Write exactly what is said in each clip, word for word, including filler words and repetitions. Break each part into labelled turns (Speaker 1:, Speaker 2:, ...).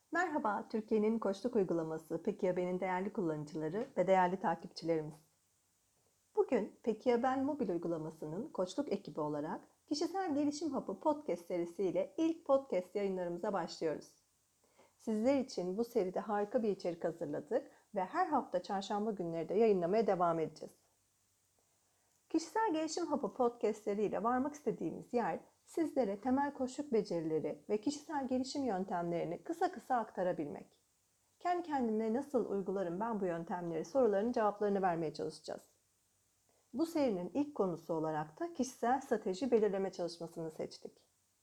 Speaker 1: Merhaba, Türkiye'nin Koçluk uygulaması Peki Ya Ben'in değerli kullanıcıları ve değerli takipçilerimiz. Bugün Peki Ya Ben mobil uygulamasının Koçluk ekibi olarak Kişisel Gelişim Hapı podcast serisiyle ilk podcast yayınlarımıza başlıyoruz. Sizler için bu seride harika bir içerik hazırladık ve her hafta çarşamba günleri de yayınlamaya devam edeceğiz. Kişisel Gelişim Hapı podcastleriyle varmak istediğimiz yer, sizlere temel koçluk becerileri ve kişisel gelişim yöntemlerini kısa kısa aktarabilmek. Kendi kendime nasıl uygularım ben bu yöntemleri sorularının cevaplarını vermeye çalışacağız. Bu serinin ilk konusu olarak da kişisel strateji belirleme çalışmasını seçtik.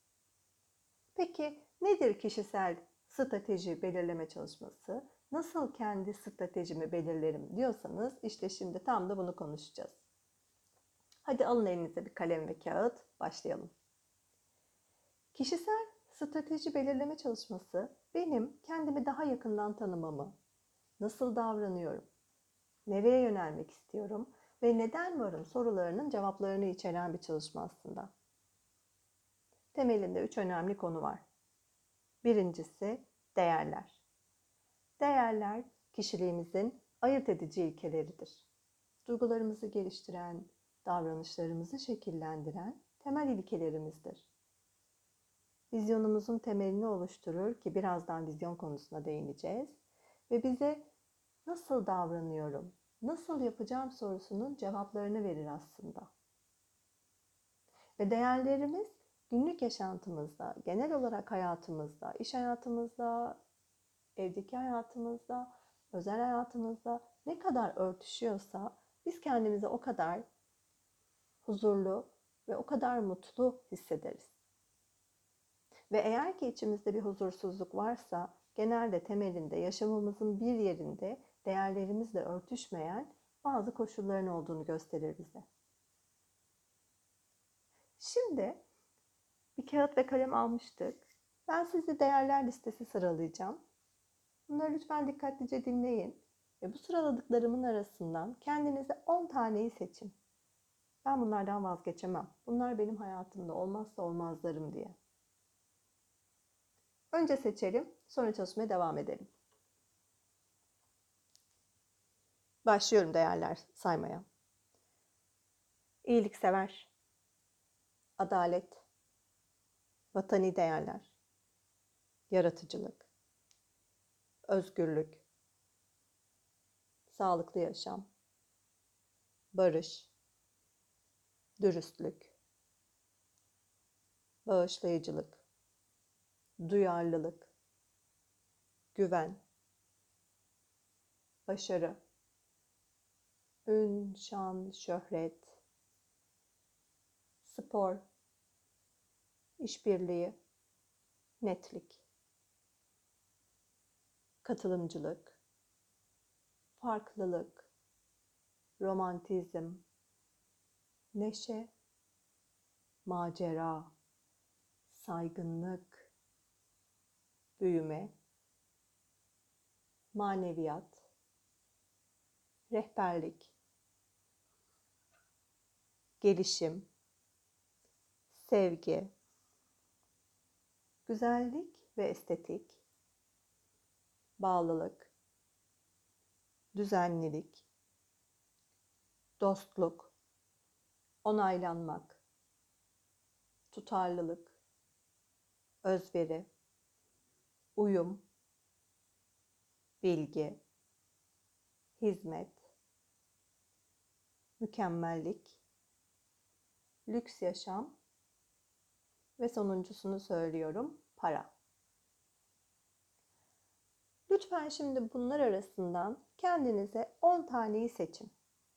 Speaker 1: Peki nedir kişisel strateji belirleme çalışması? Nasıl kendi stratejimi belirlerim diyorsanız işte şimdi tam da bunu konuşacağız. Hadi alın elinize bir kalem ve kağıt, başlayalım. Kişisel strateji belirleme çalışması benim kendimi daha yakından tanımamı, nasıl davranıyorum, nereye yönelmek istiyorum ve neden varım sorularının cevaplarını içeren bir çalışma aslında. Temelinde üç önemli konu var. Birincisi değerler. Değerler kişiliğimizin ayırt edici ilkeleridir. Duygularımızı geliştiren, davranışlarımızı şekillendiren temel ilkelerimizdir. Vizyonumuzun temelini oluşturur ki birazdan vizyon konusuna değineceğiz ve bize nasıl davranıyorum, nasıl yapacağım sorusunun cevaplarını verir aslında. Ve değerlerimiz günlük yaşantımızda, genel olarak hayatımızda, iş hayatımızda, evdeki hayatımızda, özel hayatımızda ne kadar örtüşüyorsa biz kendimizi o kadar huzurlu ve o kadar mutlu hissederiz. Ve eğer ki içimizde bir huzursuzluk varsa genelde temelinde yaşamımızın bir yerinde değerlerimizle örtüşmeyen bazı koşulların olduğunu gösterir bize. Şimdi bir kağıt ve kalem almıştık. Ben size değerler listesi sıralayacağım. Bunları lütfen dikkatlice dinleyin ve bu sıraladıklarımın arasından kendinize on taneyi seçin. Ben bunlardan vazgeçemem. Bunlar benim hayatımda olmazsa olmazlarım diye. Önce seçelim, sonra çalışmaya devam edelim. Başlıyorum değerler saymaya. İyiliksever, adalet, vatani değerler, yaratıcılık, özgürlük, sağlıklı yaşam, barış, dürüstlük, bağışlayıcılık, duyarlılık, güven, başarı, ün, şan, şöhret, spor, işbirliği, netlik, katılımcılık, farklılık, romantizm, neşe, macera, saygınlık, büyüme, maneviyat, rehberlik, gelişim, sevgi, güzellik ve estetik, bağlılık, düzenlilik, dostluk, onaylanmak, tutarlılık, özveri, uyum, bilgi, hizmet, mükemmellik, lüks yaşam ve sonuncusunu söylüyorum, para. Lütfen şimdi bunlar arasından kendinize on taneyi seçin.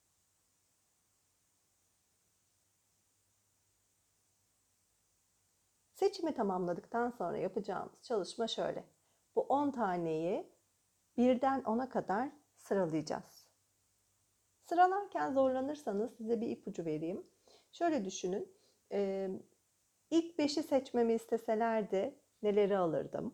Speaker 1: Seçimi tamamladıktan sonra yapacağımız çalışma şöyle. Bu on taneyi birden ona kadar sıralayacağız. Sıralarken zorlanırsanız size bir ipucu vereyim. Şöyle düşünün. E, ilk beşi seçmemi isteselerdi neleri alırdım?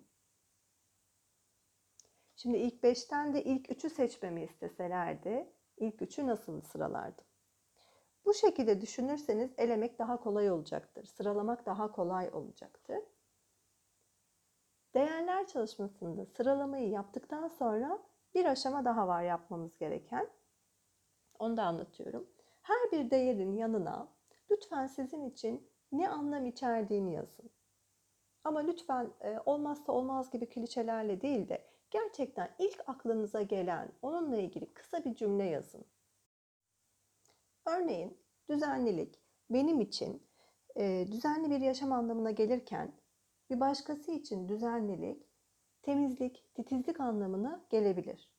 Speaker 1: Şimdi ilk beşten de ilk üçü seçmemi isteselerdi ilk üçü nasıl sıralardım? Bu şekilde düşünürseniz elemek daha kolay olacaktır. Sıralamak daha kolay olacaktır. Değerler değerler çalışmasında sıralamayı yaptıktan sonra bir aşama daha var yapmamız gereken. Onu da anlatıyorum. Her bir değerin yanına lütfen sizin için ne anlam içerdiğini yazın. Ama lütfen e, olmazsa olmaz gibi klişelerle değil de gerçekten ilk aklınıza gelen onunla ilgili kısa bir cümle yazın. Örneğin düzenlilik benim için e, düzenli bir yaşam anlamına gelirken bir başkası için düzenlilik, temizlik, titizlik anlamına gelebilir.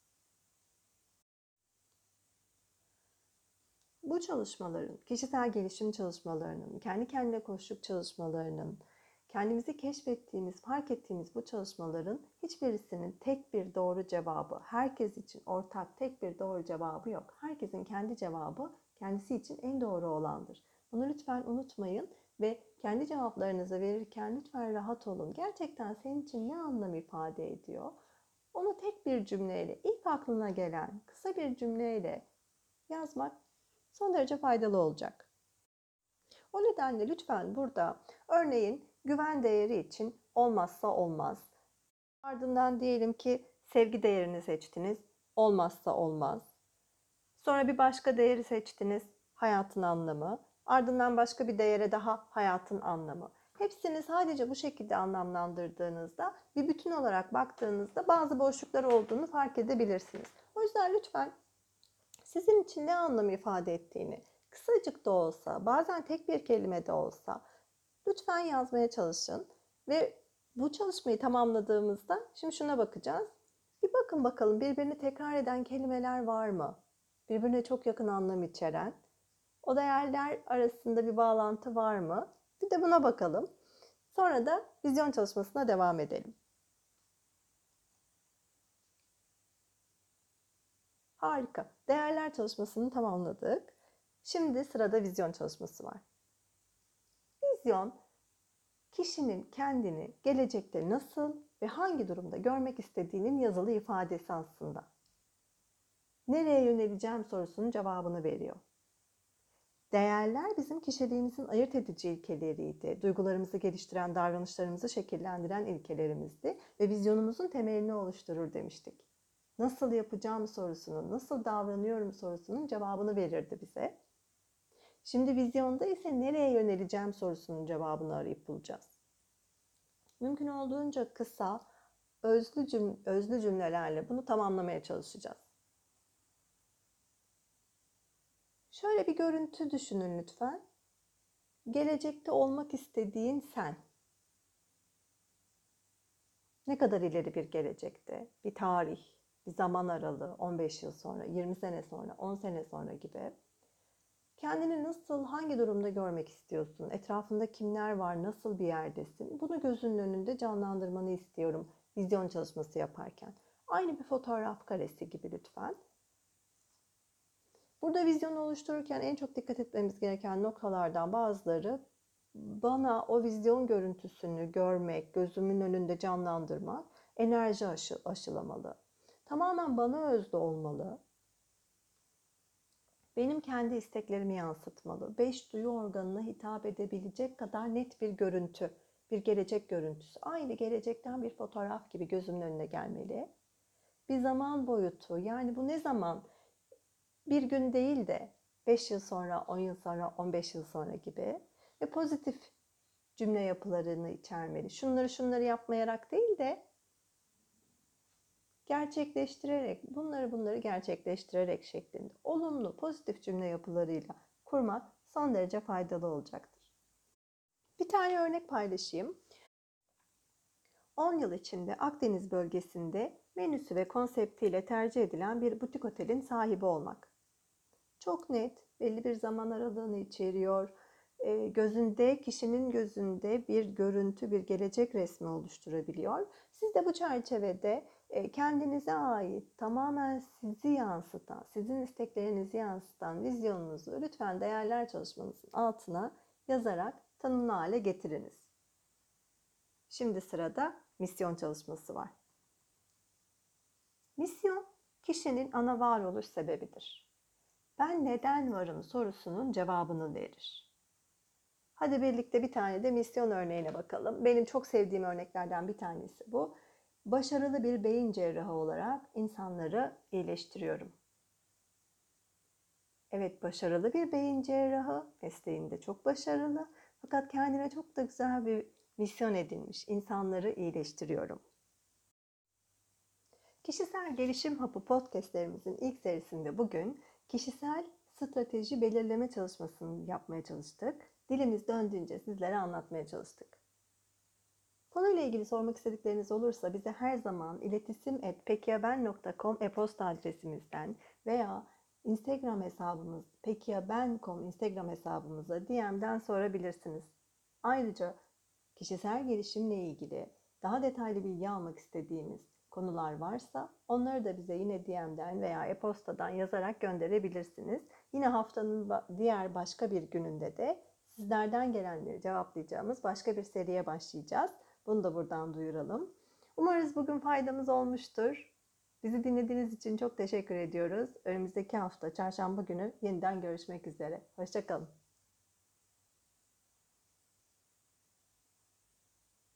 Speaker 1: Bu çalışmaların, kişisel gelişim çalışmalarının, kendi kendine koçluk çalışmalarının, kendimizi keşfettiğimiz, fark ettiğimiz bu çalışmaların hiçbirisinin tek bir doğru cevabı, herkes için ortak tek bir doğru cevabı yok. Herkesin kendi cevabı kendisi için en doğru olandır. Bunu lütfen unutmayın ve kendi cevaplarınızı verirken lütfen rahat olun. Gerçekten senin için ne anlam ifade ediyor? Onu tek bir cümleyle, ilk aklına gelen kısa bir cümleyle yazmak son derece faydalı olacak. O nedenle lütfen burada örneğin güven değeri için olmazsa olmaz. Ardından diyelim ki sevgi değerini seçtiniz. Olmazsa olmaz. Sonra bir başka değeri seçtiniz. Hayatın anlamı. Ardından başka bir değere daha hayatın anlamı. Hepsini sadece bu şekilde anlamlandırdığınızda bir bütün olarak baktığınızda bazı boşluklar olduğunu fark edebilirsiniz. O yüzden lütfen sizin için ne anlam ifade ettiğini kısacık da olsa, bazen tek bir kelime de olsa lütfen yazmaya çalışın. Ve bu çalışmayı tamamladığımızda şimdi şuna bakacağız. Bir bakın bakalım birbirini tekrar eden kelimeler var mı? Birbirine çok yakın anlam içeren. O değerler arasında bir bağlantı var mı? Bir de buna bakalım. Sonra da vizyon çalışmasına devam edelim. Harika. Değerler çalışmasını tamamladık. Şimdi sırada vizyon çalışması var. Vizyon, kişinin kendini gelecekte nasıl ve hangi durumda görmek istediğinin yazılı ifadesi aslında. Nereye yöneleceğim sorusunun cevabını veriyor. Değerler bizim kişiliğimizin ayırt edici ilkeleriydi. Duygularımızı geliştiren, davranışlarımızı şekillendiren ilkelerimizdi ve vizyonumuzun temelini oluşturur demiştik. Nasıl yapacağım sorusunun, nasıl davranıyorum sorusunun cevabını verirdi bize. Şimdi vizyonda ise nereye yöneleceğim sorusunun cevabını arayıp bulacağız. Mümkün olduğunca kısa, özlü, cümle, özlü cümlelerle bunu tamamlamaya çalışacağız. Şöyle bir görüntü düşünün lütfen. Gelecekte olmak istediğin sen. Ne kadar ileri bir gelecekte? Bir tarih, bir zaman aralığı, on beş yıl sonra, yirmi sene sonra, on sene sonra gibi. Kendini nasıl, hangi durumda görmek istiyorsun? Etrafında kimler var? Nasıl bir yerdesin? Bunu gözünün önünde canlandırmanı istiyorum vizyon çalışması yaparken. Aynı bir fotoğraf karesi gibi lütfen. Burada vizyonu oluştururken en çok dikkat etmemiz gereken noktalardan bazıları bana o vizyon görüntüsünü görmek, gözümün önünde canlandırmak, enerji aşı, aşılamalı. Tamamen bana özgü olmalı. Benim kendi isteklerimi yansıtmalı. Beş duyu organına hitap edebilecek kadar net bir görüntü, bir gelecek görüntüsü. Aynı gelecekten bir fotoğraf gibi gözümün önüne gelmeli. Bir zaman boyutu, yani bu ne zaman? Bir gün değil de beş yıl sonra, on yıl sonra, on beş yıl sonra gibi. Ve pozitif cümle yapılarını içermeli. Şunları şunları yapmayarak değil de gerçekleştirerek, bunları bunları gerçekleştirerek şeklinde olumlu, pozitif cümle yapılarıyla kurmak son derece faydalı olacaktır. Bir tane örnek paylaşayım. on yıl içinde Akdeniz bölgesinde menüsü ve konseptiyle tercih edilen bir butik otelin sahibi olmak. Çok net, belli bir zaman aralığını içeriyor. E, gözünde, kişinin gözünde bir görüntü, bir gelecek resmi oluşturabiliyor. Siz de bu çerçevede e, kendinize ait, tamamen sizi yansıtan, sizin isteklerinizi yansıtan vizyonunuzu lütfen değerler çalışmanızın altına yazarak tanımlı hale getiriniz. Şimdi sırada misyon çalışması var. Misyon, kişinin ana varoluş sebebidir. Ben neden varım sorusunun cevabını verir. Hadi birlikte bir tane de misyon örneğine bakalım. Benim çok sevdiğim örneklerden bir tanesi bu. Başarılı bir beyin cerrahı olarak insanları iyileştiriyorum. Evet, başarılı bir beyin cerrahı, mesleğinde çok başarılı. Fakat kendine çok da güzel bir misyon edinmiş. İnsanları iyileştiriyorum. Kişisel Gelişim Hapı podcastlerimizin ilk serisinde bugün kişisel strateji belirleme çalışmasını yapmaya çalıştık. Dilimiz döndüğünce sizlere anlatmaya çalıştık. Konuyla ilgili sormak istedikleriniz olursa bize her zaman iletişim et pekiyaben nokta com e-posta adresimizden veya Instagram hesabımız pekiyaben nokta com Instagram hesabımıza D M'den sorabilirsiniz. Ayrıca kişisel gelişimle ilgili daha detaylı bilgi almak istediğiniz konular varsa onları da bize yine D M'den veya e-postadan yazarak gönderebilirsiniz. Yine haftanın diğer başka bir gününde de sizlerden gelenleri cevaplayacağımız başka bir seriye başlayacağız. Bunu da buradan duyuralım. Umarız bugün faydamız olmuştur. Bizi dinlediğiniz için çok teşekkür ediyoruz. Önümüzdeki hafta çarşamba günü yeniden görüşmek üzere. Hoşça kalın.